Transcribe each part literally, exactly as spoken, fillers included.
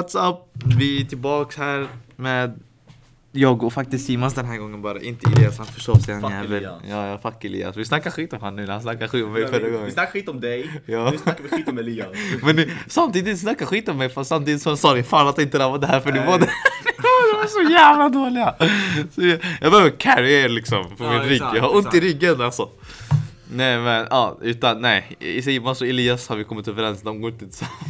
what's up? Vi är tillbaks här med jag och faktiskt Simons den här gången bara. Inte Elias, han förstår sig han jävel. Ja, ja, fuck Elias. Vi snackar skit om han nu, han snackar skit om mig ja, förra vi, gången. Vi snackar skit om dig, ja. Nu snackar vi skit om Elias. Men nu, samtidigt snackar skit om mig, fast samtidigt så sorry, fan att inte det var det här för nu var det. De var så jävla dåliga. Så jag, jag behöver carry er liksom på ja, min rygg. Jag har ont i ryggen alltså. Nej men, ja, utan nej. I Simons och Elias har vi kommit överens. De går inte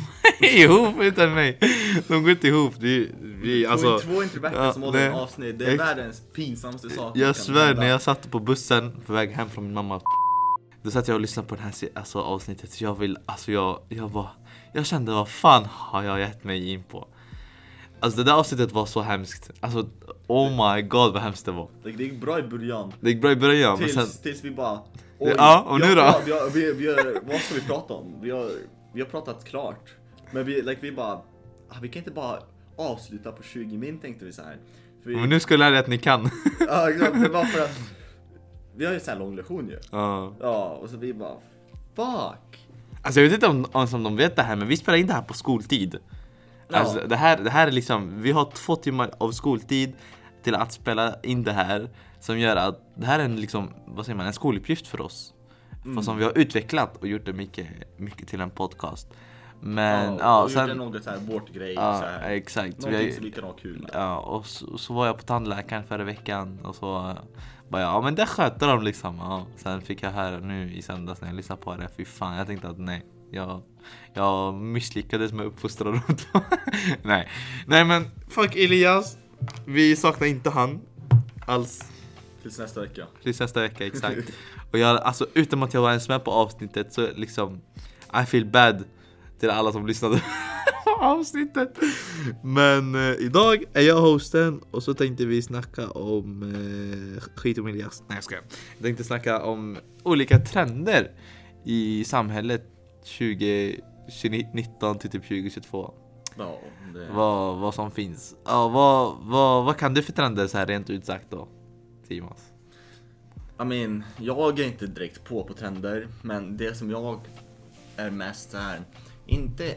ihop utan mig. De går inte ihop. Vi, vi, alltså, två introverta ja, som håller en avsnitt. Det är ex- världens pinsammaste sak. Jag svär, när jag satt på bussen på väg hem från min mamma, då satt jag och lyssnade på det här alltså, avsnittet. Jag vill, alltså jag, jag var, jag kände, vad fan har jag gett mig in på? Alltså det där avsnittet var så hemskt. Alltså, oh my god vad hemskt det var. Det gick bra i början. Det gick bra i början. Tills, men sen... tills vi bara... Oj, ja, och nu då? Vi har, vi, vi har, vad ska vi prata om? Vi har, vi har pratat klart. Men vi, like, vi bara... Ah, vi kan inte bara avsluta på tjugo min, tänkte vi så här. Vi, men nu ska jag lära dig att ni kan. Ja, det var för att... Vi har ju så här lång lektion ju. Ja. Ja, och så vi bara... Fuck! Alltså jag vet inte om, om som de vet det här, men vi spelar in det här på skoltid. Ja. Alltså det här, det här är liksom... Vi har två timmar av skoltid till att spela in det här, som gör att det här är en, liksom, vad säger man, en skoluppgift för oss. Mm. För som vi har utvecklat och gjort det mycket, mycket till en podcast. Men ja, ja, och sen, gjort det något så här vårt grej ja, så här. Exakt. Någonting vi, som vi kan ha kul med. Ja, och så, så var jag på tandläkaren förra veckan och så bara, ja men det sköter de liksom. Ja. Sen fick jag höra nu i söndags när jag lyssnade på det, fy fan, jag tänkte att nej, jag, jag misslyckades med uppfostran dem. nej. nej men fuck Elias, vi saknar inte han alls. Tills nästa vecka. Tills nästa vecka, exakt. Och jag, alltså utan att jag var ens med på avsnittet så liksom, I feel bad till alla som lyssnade på avsnittet. Men eh, idag är jag hosten och så tänkte vi snacka om eh, skit om Elias. Nej jag skojar. Jag tänkte snacka om olika trender i samhället tjugo nitton till typ tjugo tjugotvå. Ja, det... vad, vad som finns. Ja, vad, vad, vad kan du för trender så här rent ut sagt då? Simons. I mean, jag är inte direkt på på trender, men det som jag är mest så här, inte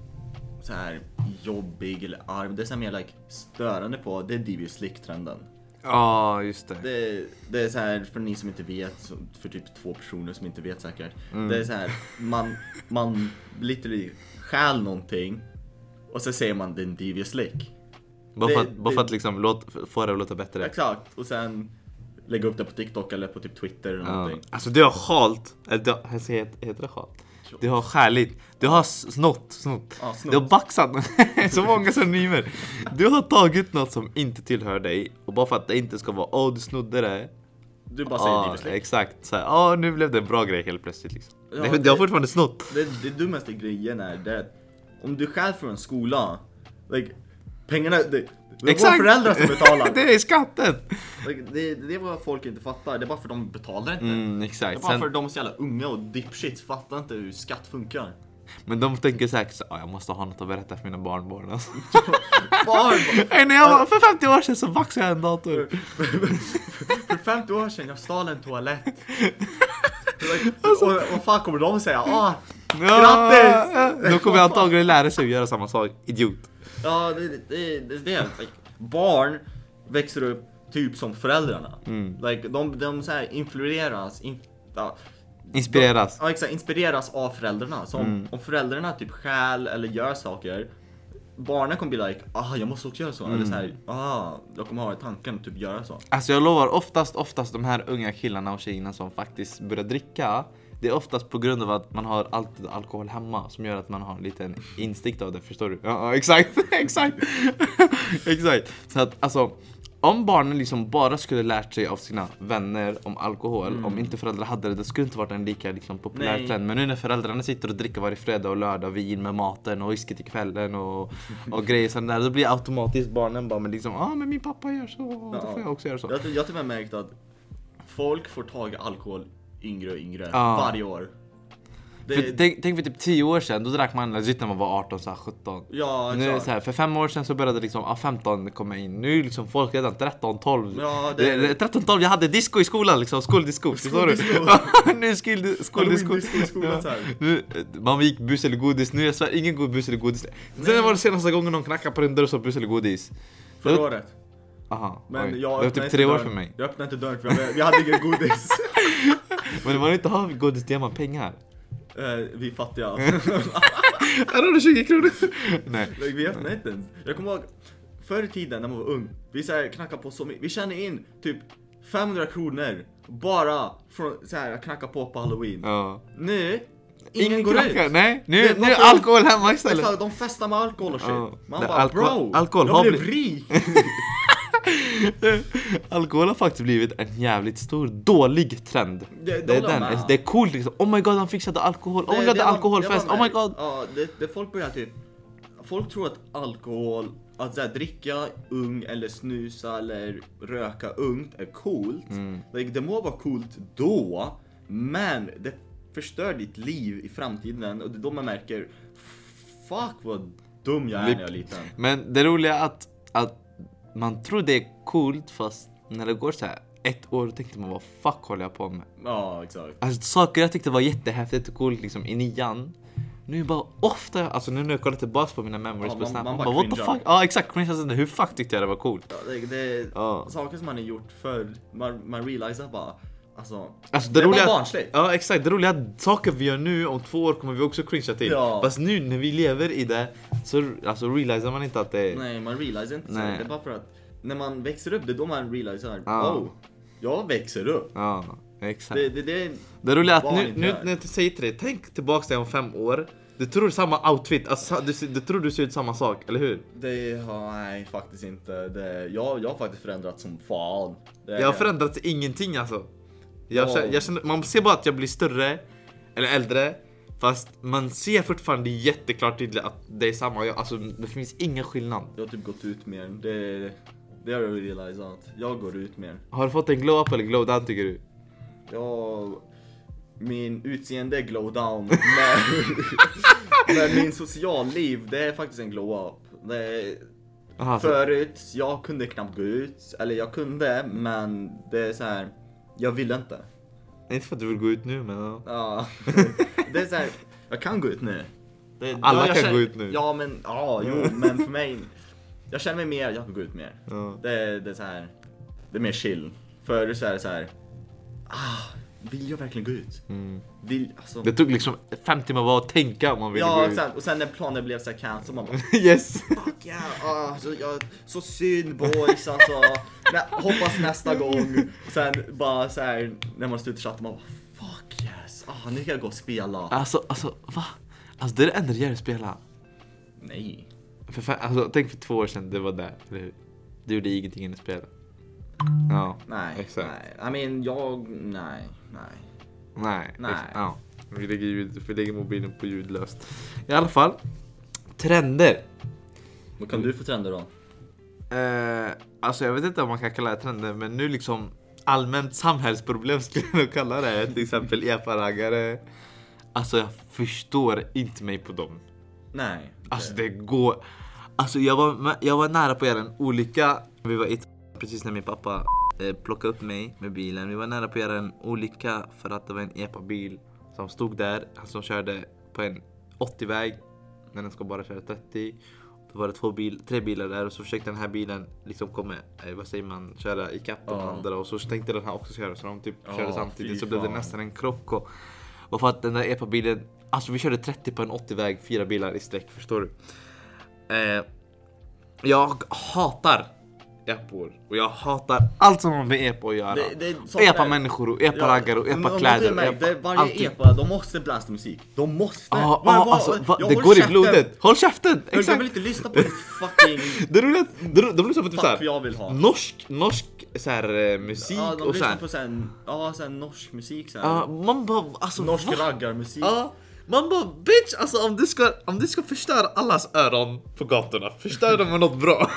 så här jobbig eller arg, det som jag är like störande på, det är Devious Slick-trenden. Ja, oh, just det. det. Det är så här, för ni som inte vet, för typ två personer som inte vet säkert. Mm. Det är så här, man, man literally stjäl någonting och så säger man det är en Devious Slick. Bara för att, bara för att liksom låt, få det att låta bättre. Exakt, och sen lägga upp det på TikTok eller på typ Twitter eller ja. någonting. Alltså du har skalt, eller du har, heter det skalt? Du har skärligt, du har snott, snott. Ja, snott. Du har baxat så många synonymer. Du har tagit något som inte tillhör dig och bara för att det inte ska vara, åh oh, du snodde det. Du bara säger ah, det. Exakt, så här, åh oh, nu blev det en bra grej helt plötsligt liksom. Ja, det, det, det har fortfarande snott. Det, det dummaste grejen är det, om du stjäl från en skola, like, pengarna, det, det är våra föräldrar som betalar. Det är skatten. Like, det, det är vad folk inte fattar. Det är bara för de betalar inte. Mm, exakt. Det är bara Sen... för de är så jävla unga och dipshits fattar inte hur skatt funkar. Men de tänker säkert så, jag måste ha något att berätta för mina barnbarn alltså. Barnbarn? Nej, när jag var, för femtio år sedan så baxade jag en dator. För femtio år sedan jag stal en toalett. Like, alltså... och vad fan kommer de säga? Ah, grattis! Ja, då kommer jag antagligen lära sig att göra samma sak. Idiot. Ja, det är det, det, det. Like, barn växer upp typ som föräldrarna. Mm. Like, de de så här influeras in, ja, inspireras. De, ja, exakt, inspireras av föräldrarna. Så om, mm. om föräldrarna typ stjäl eller gör saker, barnen kommer bli like, ah, jag måste också göra så. Mm. Eller så här, ah, jag kommer ha i tanken att typ göra så. Alltså jag lovar, oftast, oftast de här unga killarna och tjejerna som faktiskt börjar dricka, det är oftast på grund av att man har alltid alkohol hemma som gör att man har en liten instinkt av det, förstår du? Ja, exakt, exakt. Exakt. Så att alltså, om barnen liksom bara skulle lärt sig av sina vänner om alkohol, mm. om inte föräldrar hade det, det skulle inte varit en lika liksom, populär trend. Men nu när föräldrarna sitter och dricker varje fredag och lördag vin med maten och whisky till kvällen och, och grejer sådär, där, då blir automatiskt barnen bara, men liksom, ja ah, men min pappa gör så, då får jag också göra så. Jag, jag har tyvärr märkt att folk får tag i alkohol yngre och yngre ah. varje år. Det... För, tänk, tänk för typ tio år sedan, då drack man legit när man var arton, så här sjutton. Ja, nu, exakt. så här, för fem år sedan så började liksom, ah, femton komma in. Nu är liksom folk redan tretton, tolv. Ja, det... det... tretton, tolv, jag hade disco i skolan liksom, skoldisco. Skoldisco. Nu är skoldisco. skoldisco. i skolan så här. Nu, man gick bus eller godis, nu är Sverige ingen god bus eller godis. Sen var det senaste gången någon knackade på din dörr och sa bus eller godis. Förra var... året. Aha, Men oj. jag det var typ tre år för mig. Jag öppnade inte dörren för jag, jag hade ingen godis. Men om man inte har godis, det ger man pengar. Uh, vi fattiga. Här har du tjugo kronor. Nej. Vi öppnade inte ens. Jag kommer ihåg förr i tiden när man var ung. Vi så här knackade på så mycket. Vi tjänade in typ femhundra kronor bara från så här knacka på på Halloween. Ja. Nu ingen, ingen går knackar. ut. Nej, nu, Det- nu är varför- alkohol hemma istället. Exakt, de festar med alkohol och shit. Ja. Man Det- bara alko- bro, alkohol jag har blev blivit- rik. Alkohol har faktiskt blivit en jävligt stor, dålig trend. Det- Det är håller jag den. med. Det är coolt liksom. Oh my god, han fixade alkohol. Oh my god, det är var- alkoholfest. var Oh my med. god. Ja, det, det folk börjar typ. Folk tror att alkohol, att så här, dricka ung eller snusa eller röka ungt är coolt. Mm. Like, det må vara coolt då, men det förstör ditt liv i framtiden och det är då man märker fuck vad dum jag är när jag är liten. Men det roliga är att, att man tror det är coolt, fast när det går så här ett år tänkte man vad fuck håller jag på med. Ja, exakt. Alltså saker jag tyckte var jättehäftigt och coolt liksom i nian. Nu är bara ofta, alltså nu när jag kollar tillbaka på mina memories Ja, på man- Snap, man man bara bara what the cringear. fuck? Ja exakt, cringe, alltså, hur fuck tyckte jag det var coolt? Ja, det, det är Ja. saker som man har gjort förr. Man, man realisar bara, alltså, Alltså, det, det är roliga, bara barnsligt. ja exakt, det roliga är att saker vi gör nu om två år kommer vi också cringea till. Ja. Fast nu när vi lever i det så alltså realisar man inte att det är... Nej, man realisar inte så. Nej. Det är bara för att när man växer upp, det är då man realisar, Ja. oh, jag växer upp. Ja, exakt. Det, det, det, Det roliga är att barn nu, inte nu gör. när jag säger till dig, tänk tillbaka till om fem år. Du tror samma outfit, alltså, du, du tror du ser ut samma sak, eller hur? det har, nej faktiskt inte. Det, jag, jag har faktiskt förändrats som fan. Det, Jag har förändrats till ingenting alltså. Jag Ja. känner, jag känner, man ser bara att jag blir större, eller äldre. Fast man ser fortfarande jätteklart tydligt att det är samma. Jag, alltså, det finns ingen skillnad. Jag har typ gått ut mer. Det, det har jag realisat. Jag går ut mer. Har du fått en glow up eller glow down tycker du? Jag, min utseende är glow down. Men, men min socialliv, det är faktiskt en glow up. Det är, Aha, så, förut, jag kunde knappt gå ut. Eller jag kunde, men det är så här. Jag vill inte. inte för att du vill gå ut nu men ja. Ja, det är så här. Jag kan gå ut nu. Det, Alla jag kan känner, gå ut nu. Ja, men ja, jo, men för mig. Jag känner mig mer, jag kan gå ut mer. Ja. Det, det är så här. Det är mer chill. Förut så är det så här. Ah, vill jag verkligen gå ut? Mm. Vill, alltså. Det tog liksom fem timmar bara att tänka om man ville gå Ja, ut. sen, och sen när planen blev så här cancel, man bara Yes! fuck yeah, ah, så, jag, så synd boys alltså. Nä, hoppas nästa gång. Sen bara så här när man slutar chatta, man bara fuck yes, ah, nu kan jag gå och spela. Alltså, alltså, va? Alltså det är det enda du gör att spela. Nej. För, fan- alltså, tänk för två år sedan, det var där, eller hur? Du gjorde ingenting än att spela. Ja, Nej, exakt. nej. I mean, jag, nej, nej. Nej, Nej. exakt. Ja. Vi lägger, ljud, vi lägger mobilen på ljudlöst. I alla fall, trender. Vad kan du för trender då? Eh, alltså jag vet inte om man kan kalla det trender, men nu liksom allmänt samhällsproblem skulle jag nog kalla det. Till exempel epa-raggare. Alltså jag förstår inte mig på dem. Nej. Alltså det går. Alltså jag var, jag var nära på att göra en olycka. Vi var i precis när min pappa eh, plockade upp mig med bilen. Vi var nära på att göra en olycka för att det var en epa-bil som stod där. Han som körde på en åttio-väg när den ska bara köra trettio. Då var det två bil, tre bilar där och så försökte den här bilen liksom komma, eh, vad säger man, köra ikapp de Ja. andra. Och så tänkte den här också köra, så de typ Ja, körde samtidigt. fy Så blev det fan. nästan en krock. Och, och för att den där epa-bilen, alltså vi körde trettio på en åttio-väg, fyra bilar i sträck, förstår du? Eh, jag hatar epor. Och jag hatar allt som har med epa att göra. Det- det är sånt där- Epa-människor och epa-raggare och men- men- epa-kläder. men- epa- det- Varje allting. epa, de måste blasta musik. De måste. Ja, Vad- ja, vad- alltså, va, jag det håller går i käften. blodet. Håll käften! Jag, jag Exakt. vill inte lyssna på ditt fucking Det roliga är att de, de lyssnar på typ fuck såhär jag vill ha. norsk, norsk såhär eh, musik Ja, de och lyssnar såhär. på sen, ja, sen norsk musik sen. Ja, man bara, alltså norsk va? raggarmusik. Ja, man bara bitch, alltså om du ska, om du ska förstöra allas öron på gatorna, förstör dem med något bra.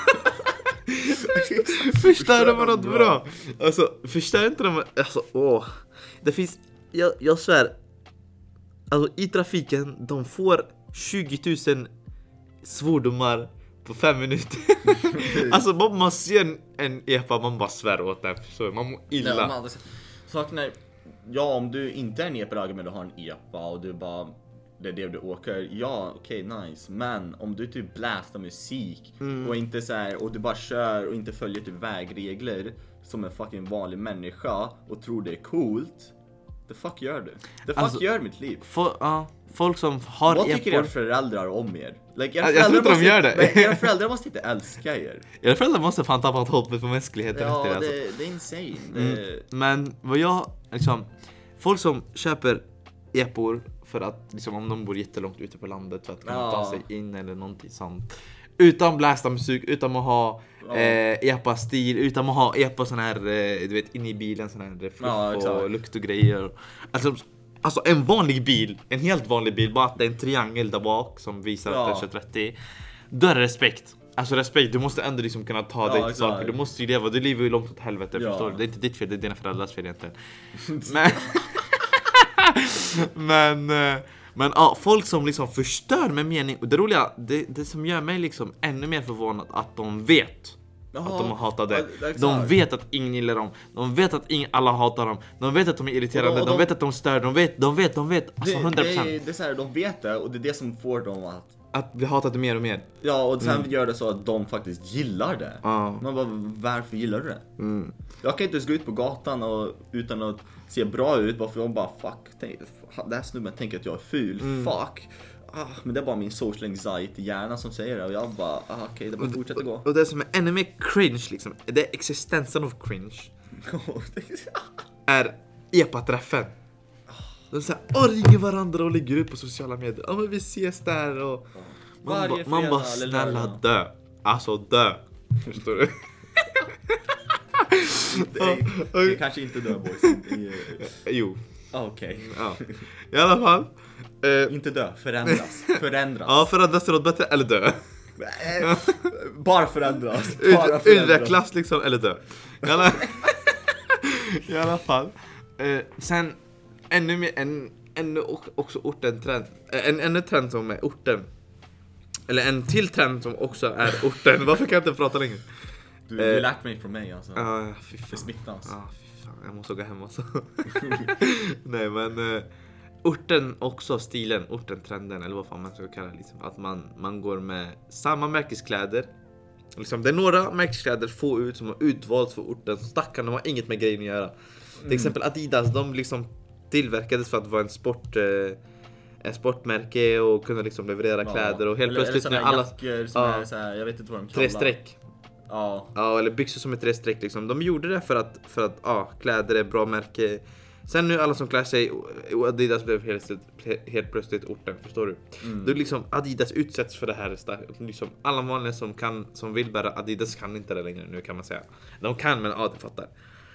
Förstör dem med något bra. Alltså, förstör inte dem med, alltså åh. Det finns, jag, jag svär. alltså i trafiken, de får tjugo tusen svordomar på fem minuter. Alltså man, man ser en, en epa, man bara svär åt den. Så man mår illa. Ja, man, saken är, ja, om du inte är en epa men du har en epa och du bara, det är det du åker, ja okej, okay, nice. Men om du typ blästar musik mm. och inte så här, och du bara kör och inte följer typ vägregler som en fucking vanlig människa och tror det är coolt, the fuck gör du? The fuck alltså, gör mitt liv? For, uh, folk som har vad epor... tycker era föräldrar om er? Like, era jag tror inte de gör det. Men era föräldrar måste inte älska er. Era föräldrar måste fan tappa hoppet på mänskligheten. Ja, efter det, det, alltså. det är insane. Mm. Det... Men vad jag, liksom, folk som köper epor för att, liksom, om de bor jättelångt ute på landet för att kunna ja. ta sig in eller någonting sånt. Utan blästa musik, utan att ha ja. eh, epa-stil, utan att ha epa sån här, eh, du vet, inne i bilen sån här fluff ja, och lukt och grejer. Alltså, alltså en vanlig bil, en helt vanlig bil, bara att det är en triangel där bak som visar ja. att det är trettio. Då är det respekt. Alltså respekt, du måste ändå liksom kunna ta ja, dig till saker. Du måste ju leva, du lever ju långt åt helvete, ja. förstår du? Det är inte ditt fel, det är dina föräldrars fel egentligen. Men Men Men ja, folk som liksom förstör med mening. Och det roliga, det, det som gör mig liksom ännu mer förvånad, att de vet Jaha, att de hatar det. De vet att ingen gillar dem. De vet att ingen, alla hatar dem. De vet att de är irriterande. Och de, och de, de vet att de stör. De vet, de vet, de vet. Alltså hundra procent. Det, det, det är så här, de vet det, och det är det som får dem att att bli hatade mer och mer. Ja, och sen mm. gör det så att de faktiskt gillar det. Ah. Man bara, varför gillar du det? Mm. Jag kan inte ens gå ut på gatan och, utan att se bra ut, bara för jag bara, fuck, tänk, det här snubben tänker att jag är ful, mm. fuck. Ah, men det är bara min social anxiety hjärna som säger det, och jag bara, ah, okej, okay, det bara fortsätter gå. Och, och det som är ännu mer cringe liksom, det är existensen av cringe. Är epa-träffen. De säger, åh, ringer varandra och lägger ut på sociala medier. Ja, men vi ses där och man, ba, man bara, snälla dö. Alltså dö. Förstår du? det, är, det är kanske inte dö, boys. Är... Jo. Okej. Okay. Ja. I alla fall. Eh... Inte dö, förändras. Förändras. Ja, förändras till något bättre eller dö. Bara förändras. Bara förändras. Utvecklas liksom, eller dö. I alla, I alla fall. Eh, sen ännu mer, en, ännu också orten trend. En ännu trend som är orten. Eller en till trend som också är orten. Varför kan jag inte prata längre? Du, du eh, lärt mig från mig alltså. Ja, uh, fy fan. Det smittas. Ja, fy fan. Jag måste gå hem alltså. Nej, men uh, orten också, stilen, orten trenden, eller vad fan man ska kalla det, liksom. Att man, man går med samma märkeskläder. Liksom, det är några märkeskläder få ut som har utvalts för orten. Stackarna, de har inget med grejen att göra. Mm. Till exempel Adidas, de liksom tillverkades för att vara en sport, eh, en sportmärke och kunna liksom leverera ja. kläder, och helt eller, plötsligt eller när alla jackor som ja, är så här, jag vet inte vad de kallar. Tre streck. Ja. Ja, eller byxor som är tre streck liksom. De gjorde det för att för att ja, kläder är bra märke. Sen nu alla som klär sig, Adidas blev helt, helt plötsligt orten, förstår du? Mm. Då liksom Adidas utsätts för det här, liksom alla vanliga som kan, som vill bära Adidas kan inte det längre nu, kan man säga. De kan, men ja, de fattar.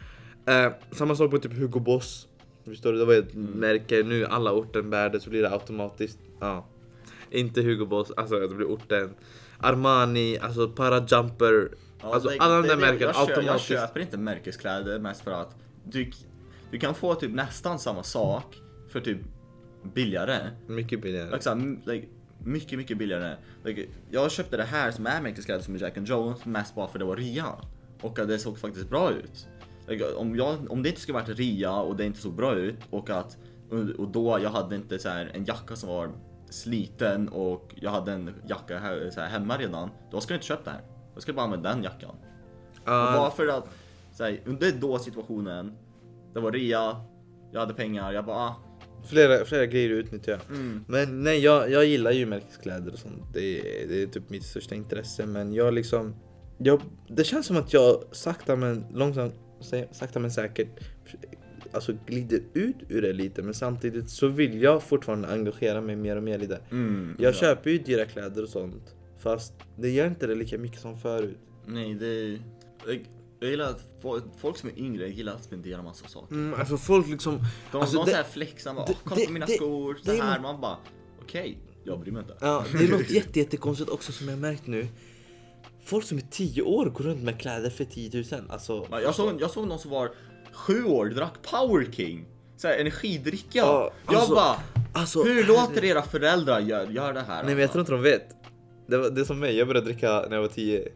Eh, samma sak på typ Hugo Boss. Förstår du? Det var ett mm. märke, nu alla orten bär det, så blir det automatiskt. Ja. Inte Hugo Boss, alltså det blir orten. Armani, alltså Parajumper. Ja, alltså det, alla de det, där det, märken jag, automatiskt. jag köper inte märkeskläder mest för att du, du kan få typ nästan samma sak för typ billigare. Mycket billigare. Liksom, like, mycket, mycket billigare. Like, jag köpte det här som är märkeskläder som är Jack and Jones mest bara för det var rea. Och att det såg faktiskt bra ut. Like, om, jag, om det inte skulle varit rea och det inte såg bra ut, och att och då jag hade inte så här en jacka som var sliten och jag hade en jacka här, så här hemma redan, då skulle jag inte köpa det här. Jag skulle bara använda den jackan. Uh. Och bara för att så här, under då situationen, det var rea, jag hade pengar, jag bara ah. Flera, flera grejer utnyttjar jag. Mm. Men nej, jag, jag gillar ju märkeskläder och sånt. Det är, det är typ mitt största intresse. Men jag liksom jag, det känns som att jag sakta men långsamt, sakta men säkert alltså glider ut ur det lite. Men samtidigt så vill jag fortfarande engagera mig mer och mer i det. Mm, jag ja. köper ju dyra kläder och sånt, fast det gör inte det lika mycket som förut. Nej, det jag, jag gillar att folk som är yngre gillar att spendera massa saker. Mm, alltså folk liksom de, alltså de det, så här flexar, bara, kolla det, på mina det, skor, så det, här, det, man bara okej, okay, jag bryr mig inte. Ja, det är något jätte, jättekonstigt också som jag märkt nu. Folk som är tio år går runt med kläder för tio tusen. Alltså, jag, såg, jag såg någon som var sju år, drack Power King. Så här, energidricka. Ja, jag alltså, bara, Alltså, Hur låter era föräldrar gör, gör det här? Nej men jag tror inte de vet. Det, var, det är som mig, jag började dricka när jag var tio.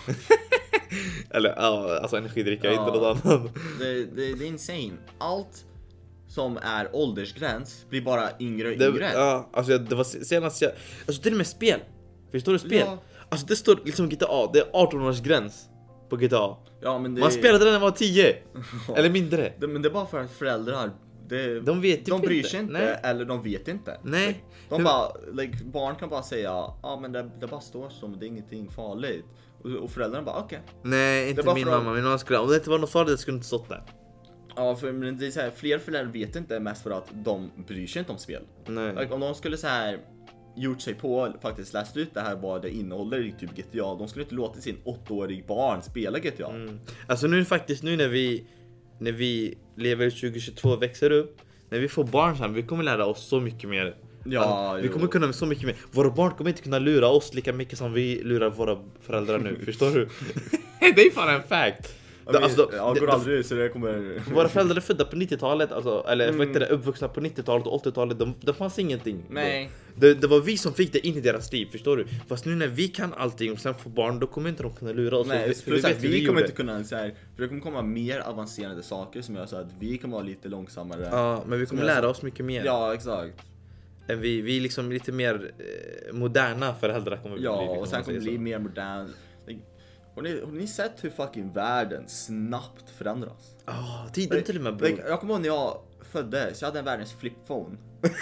Eller ja, alltså energidricka, Ja. inte något annat. Det, det, det är insane. Allt som är åldersgräns blir bara yngre och Det, yngre. ja, alltså det var senast jag... Alltså till och med spel. Förstår du spel? Ja. Alltså det står liksom G T A, det är arton års gräns på G T A. Ja, men det, Man spelade den när man var tio. Eller mindre. det, men det är bara för att föräldrar det, De vet de typ bryr inte. sig inte, Nej. eller de vet inte. Nej. De Hur- bara, like, barn kan bara säga, ja ah, men det, det bara står som, det är ingenting farligt. Och, och föräldrarna bara, okej. Nej, inte Det var min för att- mamma. Min mamma skulle... Om det inte var något farligt, det skulle inte stått där. Ja, för men det är så här, fler föräldrar vet inte mest för att de bryr sig inte om spel. Nej. Like, om de skulle så här gjort sig på, faktiskt läst ut det här vad det innehåller i typ G T A, de skulle inte låta sin åttaårig barn spela G T A. Mm. Alltså nu faktiskt, nu när vi när vi lever tjugo tjugotvå och växer upp, när vi får barn sen, vi kommer lära oss så mycket mer. Ja, alltså, vi jo. kommer kunna så mycket mer. Våra barn kommer inte kunna lura oss lika mycket som vi lurar våra föräldrar nu. Förstår du? Det är fan en fact. Ja, men, Alltså, jag det- går det- aldrig så det kommer... Våra föräldrar är födda på nittiotalet, alltså, eller Mm. vad heter det, uppvuxna på nittiotalet och åttiotalet. De, det fanns ingenting. Nej. Det, det var vi som fick det in i deras liv, förstår du? Fast nu när vi kan allting och sen får barn, då kommer inte de kunna lura oss. Nej, för plus vet att hur vi kommer gjorde. inte kunna så här, för det kommer komma mer avancerade saker som gör så att vi kommer vara lite långsammare. Ja, men vi kommer Som jag lära sa. oss mycket mer. Ja, exakt. Än vi, vi är liksom lite mer eh, moderna föräldrar kommer vi bli. Ja, kan och man sen kommer säga det bli så. mer modern. Like, Har ni, har ni sett hur fucking världen snabbt förändras? Ja, tiden till och med, bror. Like, jag kommer ihåg när jag föddes, jag hade en världens flipphone.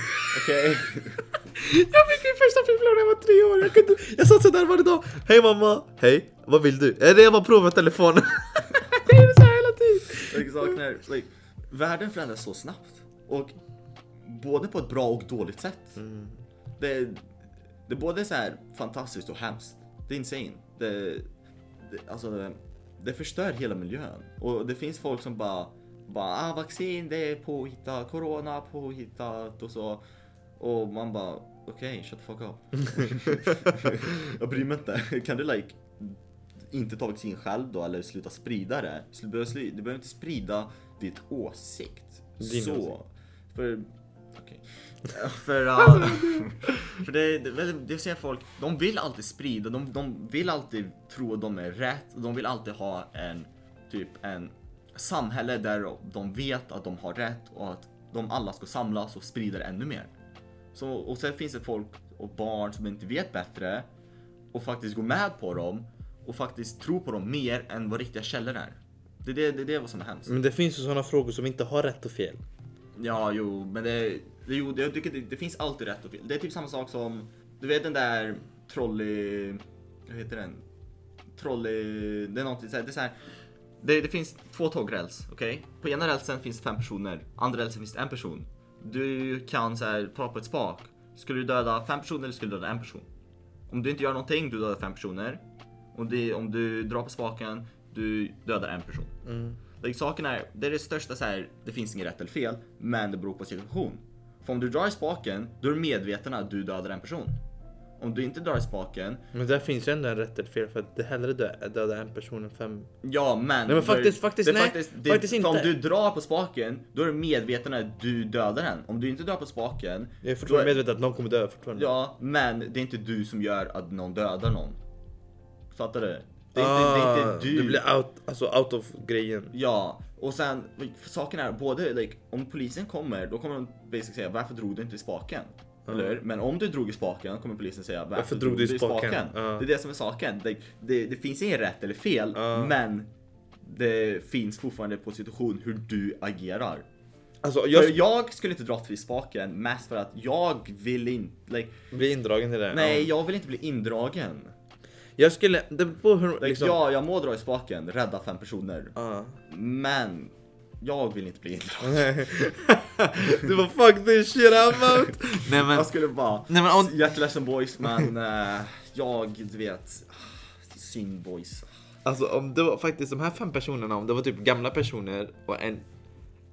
Okej? Jag fick min första flipphone när jag var tre år. Jag, kunde, jag satt så där varje dag. Hej mamma, hej, vad vill du? Är det jag bara provar telefonen? Det är så här hela tiden. Like, saker, like, världen förändras så snabbt. Och både på ett bra och dåligt sätt. Mm. Det, det är både så här fantastiskt och hemskt. Det är insane. Det, det, alltså, det, det förstör hela miljön. Och det finns folk som bara, bara ah, vaccin det är påhittat, corona påhittat och så. Och man bara, okej, okay, shut the fuck up. Jag bryr mig inte. Kan du like inte ta vaccin själv då eller sluta sprida det? Du behöver, slu- du behöver inte sprida ditt åsikt. Din så. åsikt. För okej. För, uh, för det, det, det ser folk, de vill alltid sprida, de, de vill alltid tro att de är rätt. De vill alltid ha en typ en samhälle där de vet att de har rätt och att de alla ska samlas och sprida det ännu mer. Så, och sen finns det folk och barn som inte vet bättre och faktiskt går med på dem och faktiskt tror på dem mer än vad riktiga källor är. Det är det, det, det är vad som är hemskt. Men det finns ju sådana frågor som inte har rätt och fel. Ja, jo, men det, det, jo, det, jag tycker det, det finns alltid rätt och fel. Det är typ samma sak som, du vet den där trolley, vad heter den? Trolley, det är någonting så här, det är så här, det, det finns två tågräls, okej? Okay? På ena rälsen finns fem personer, andra rälsen finns en person. Du kan så här ta på ett spak. Skulle du döda fem personer eller skulle du döda en person? Om du inte gör någonting, du dödar fem personer. Om, det, om du drar på spaken, du dödar en person. Mm. Like, saken är, det är det största så här, det finns inget rätt eller fel, men det beror på situation. För om du drar i spaken, då är du medveten att du dödar en person. Om du inte drar i spaken, Men där finns ju ändå en rätt eller fel, för att det hellre dö- döda en person än fem. ja men... Nej, men faktiskt- faktiskt, det är nej, faktiskt, det, faktiskt för inte. om du drar på spaken, då är du medveten att du dödar den. Om du inte drar på spaken, Jag är då fortfarande är- medveten att någon kommer dö fortfarande. ja, men det är inte du som gör att någon dödar någon. Fattar du? Det är, ah, inte, det är inte du. Du blir out, alltså out of grejen. Ja, och sen för saken är både like, om polisen kommer, då kommer de basically säga varför drog du inte i spaken? Mm. Eller? Men om du drog i spaken kommer polisen säga varför, Varför drog du i spaken? Ja. Det är det som är saken. Det, det, det finns inget rätt eller fel, Ja. men det finns fortfarande på situation hur du agerar. Alltså Jag, jag för jag skulle inte dra till spaken mest för att jag vill inte, like, blir indragen i det. nej, Ja. jag vill inte bli indragen. Jag skulle, det beror på hur Like, liksom. ja, jag må dra i spaken, rädda fem personer, Ja. men jag vill inte bli indragen. Du var fuck this shit I'm out. Nej men, Jag skulle bara, nej, men om, jätteledsen boys, men uh, jag, du vet, synd boys. alltså om det var faktiskt de här fem personerna, om det var typ gamla personer och en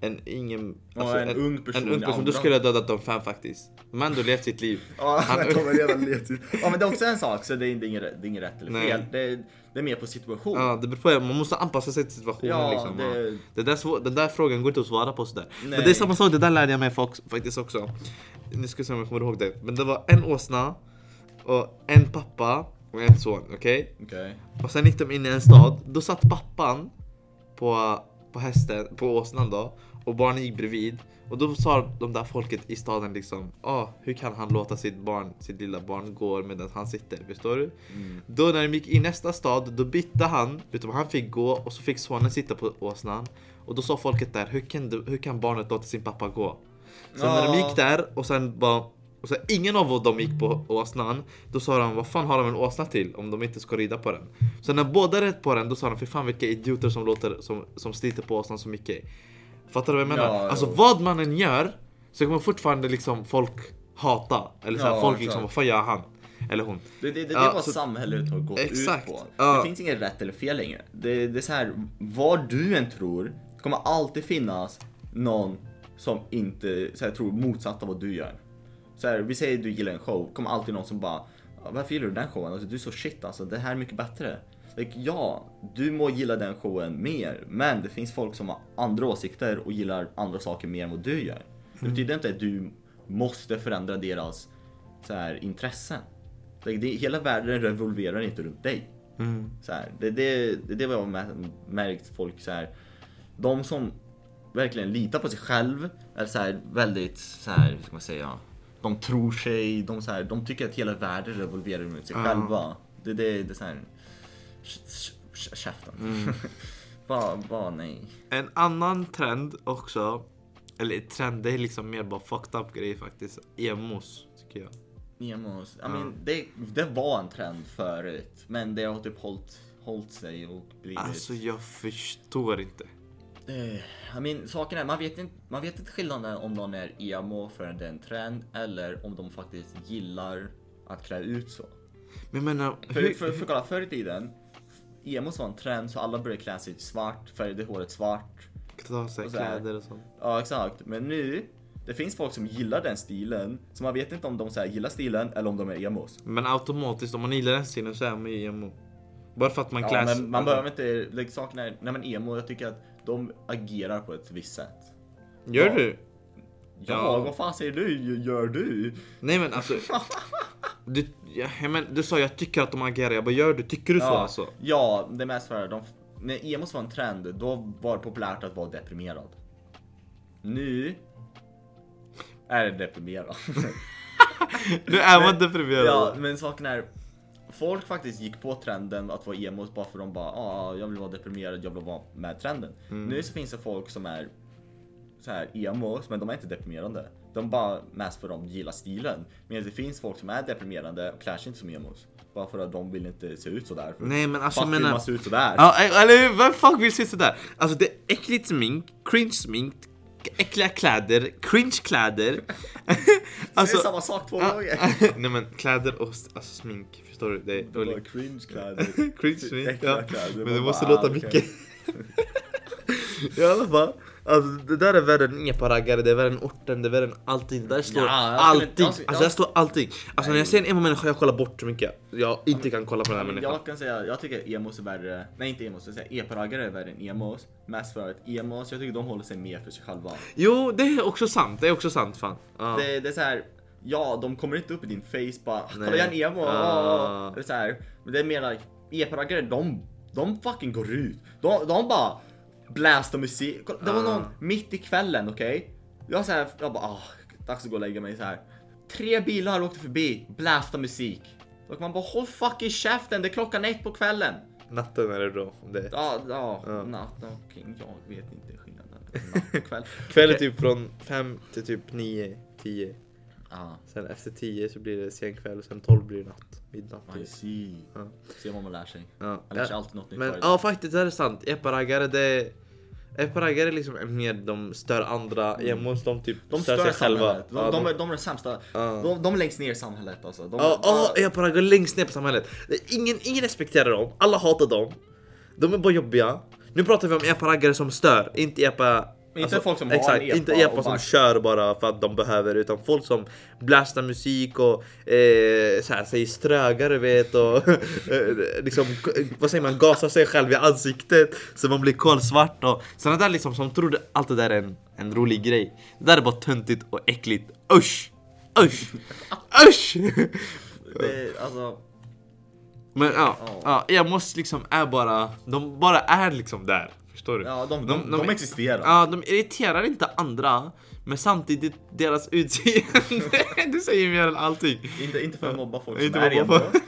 en ingen alltså, en, en ung person, en ung person du skulle ha dödat de fem faktiskt. De har ändå levt sitt liv. Ja, han de har redan levt sitt. Ja, men det är också en sak, så det är, det är, inget, det är inget rätt eller fel. Det är, det är mer på situation. Ja, det beror på, man måste anpassa sig till situationen. Ja, liksom. det... Det där svår, den där frågan går inte att svara på sådär. Nej. Men det är samma sak, det där lärde jag mig faktiskt också. Nu ska jag se om jag kommer ihåg det. Men det var en åsna och en pappa och en son, okej? Okay? Okay. Och sen gick de in i en stad. Då satt pappan på, på hästen, på åsnan då. Och barnen gick bredvid. Och då sa de där folket i staden liksom, ah, hur kan han låta sitt barn, sitt lilla barn gå medan han sitter, förstår du? Mm. Då när de gick i nästa stad, då bytte han, utan han fick gå och så fick sonen sitta på åsnan. Och då sa folket där, hur kan, du, hur kan barnet låta sin pappa gå? Så oh. när de gick där och sen bara, och så ingen av dem gick på åsnan, då sa de, vad fan har de en åsna till om de inte ska rida på den? Så när båda rätt på den, då sa de, för fan vilka idioter som låter, som, som sliter på åsnan så mycket. Fattar du vad jag menar? Ja, alltså jo. Vad man än gör så kommer fortfarande liksom folk hata. Eller så här, ja, folk liksom, vad fan gör han? Eller hon. Det, det, det, det ja, är vad så, samhället har gått exakt, ut på. ja. Det finns inget rätt eller fel längre. Det, det är så här, vad du än tror, kommer alltid finnas någon som inte så här, tror motsatt av vad du gör. Så här, vi säger att du gillar en show, kommer alltid någon som bara, varför gillar du den showen? Alltså, du är så shit alltså, det här är mycket bättre. Like, ja, du må gilla den showen mer, men det finns folk som har andra åsikter och gillar andra saker mer än vad du gör. Det betyder inte att du måste förändra deras så här, intressen. Like, det, hela världen revolverar inte runt dig. Mm. Så här, det, det, det, det var jag har märkt folk så här, de som verkligen litar på sig själv är så här, väldigt så här, hur ska man säga, de tror sig, de, så här, de tycker att hela världen revolverar runt sig uh. själva. Det, det, det är så här, käften. Mm. bara, bara nej. En annan trend också, eller trend, det är liksom mer bara fucked up grejer faktiskt. Emos, tycker jag. Emos, I mean, det, det var en trend förut, men det har typ hållit, hållit sig och blivit... Alltså jag förstår inte. Uh, I mean, saken är, man vet inte, man vet inte skillnaden om någon är emo för att det är en trend, eller om de faktiskt gillar att klä ut så. Men jag menar, för, för, för, för kolla, förr i tiden emos var en trend, så alla började klä sig svart, färgade håret svart, ta sig kläder och sånt. Ja, exakt. Men nu, det finns folk som gillar den stilen, så man vet inte om de så här, gillar stilen eller om de är emos. Men automatiskt, om man gillar den stilen så är man ju emo. Bara för att man klär sig. Ja, men man behöver inte, like, saken är, när man är emo, jag tycker att de agerar på ett visst sätt. Gör ja. du? Ja, ja, vad fan säger du? Gör du? Nej men alltså du, ja, men, du sa jag tycker att de agerar. Jag bara, gör du? Tycker du så ja, alltså? Ja, det mest för de, när emos var en trend, då var det populärt att vara deprimerad. Nu är det deprimerad. Nu är man deprimerad. Ja, men saken är, folk faktiskt gick på trenden att vara emos bara för de bara, ah, jag vill vara deprimerad, jag vill vara med trenden. Mm. Nu så finns det folk som är så här emos, men de är inte deprimerande. De bara mest för de gillar stilen. Men det finns folk som är deprimerande och klär sig inte som emos, bara för att de vill inte se ut så där. Nej men alltså, men man se ut så där. Ja, eller vem fuck vill se ut så där? Alltså det är äckligt smink, cringe smink, äckliga kläder, cringe kläder. Alltså, det är samma sak två gånger. Nej men kläder och alltså, smink, förstår du? Det är det var cringe kläder. Cringe smink, ja. Kläder, men det måste bara, låta ah, mycket. I alla fall, alltså det där är värre än epa-raggare, det är värre än orten, det är värre än allting. Det där står ja, allting, jag, jag, alltså där står allting. Alltså när jag ser en emo-människa, jag kollar bort så mycket. Jag inte kan kolla på den här människan. Jag kan säga, jag tycker emos är värre, nej inte emos, jag säger epa-raggare är värre än emos. Mest för att emos, jag tycker de håller sig mer för sig själva. Jo, det är också sant, det är också sant fan. Uh. Det, det är så här, ja de kommer inte upp i din face bara, kolla jag en emo, uh. det är så här, men det är mer like, epa-raggare, de, de fucking går ut. De, de bara blästa musik. Det var någon uh. mitt i kvällen, okej? Okay? Jag så här, jag bara, ah, dags att gå och lägga mig så här. Tre bilar åkte förbi, blästa musik. Då kan man bara, håll fucking käften, det är klockan ett på kvällen. Natten är det då? Det. Ja, ja, uh. natt, okay, jag vet inte skillnaden. Natt, kväll. Kväll är typ från fem till typ nio, tio. Uh. Sen efter tio så blir det sen kväll och sen tolv blir det natt. Midnatt. I see. Ja. Se vad man lär sig. Ja. Man lär sig alltid något nytt. Men ja, faktiskt det är sant. Epa-raggare, det epa-raggare liksom är mer de stör andra. Emos, de typ de stör, stör sig själva. De, ja, de, de, är, de är det sämsta. Ja. De, de är längst ner i samhället alltså. De, ja, ja, epa-raggare längst ner på samhället. Ingen, ingen respekterar dem. Alla hatar dem. De är bara jobbiga. Nu pratar vi om epa-raggare som stör, inte epa Inte folk som har exakt, en epa inte epa och som bara- kör bara för att de behöver, utan folk som blastar musik och eh, så här, säger strögare vet och eh, liksom, vad säger man, gasar sig själv i ansiktet så man blir kolsvart och sådana där liksom som tror allt det där är en, en rolig grej. Det där är bara töntigt och äckligt. Usch! Usch! Usch! Det, alltså, Men ja, Ja. ja, jag måste liksom är bara, de bara är liksom där. Förstår du? ja, de, de, de, existerar. Ja, de irriterar inte andra, men samtidigt deras utseende, det säger mer än allting. Inte, inte för att mobba folk Inte som är för att mobba. emo.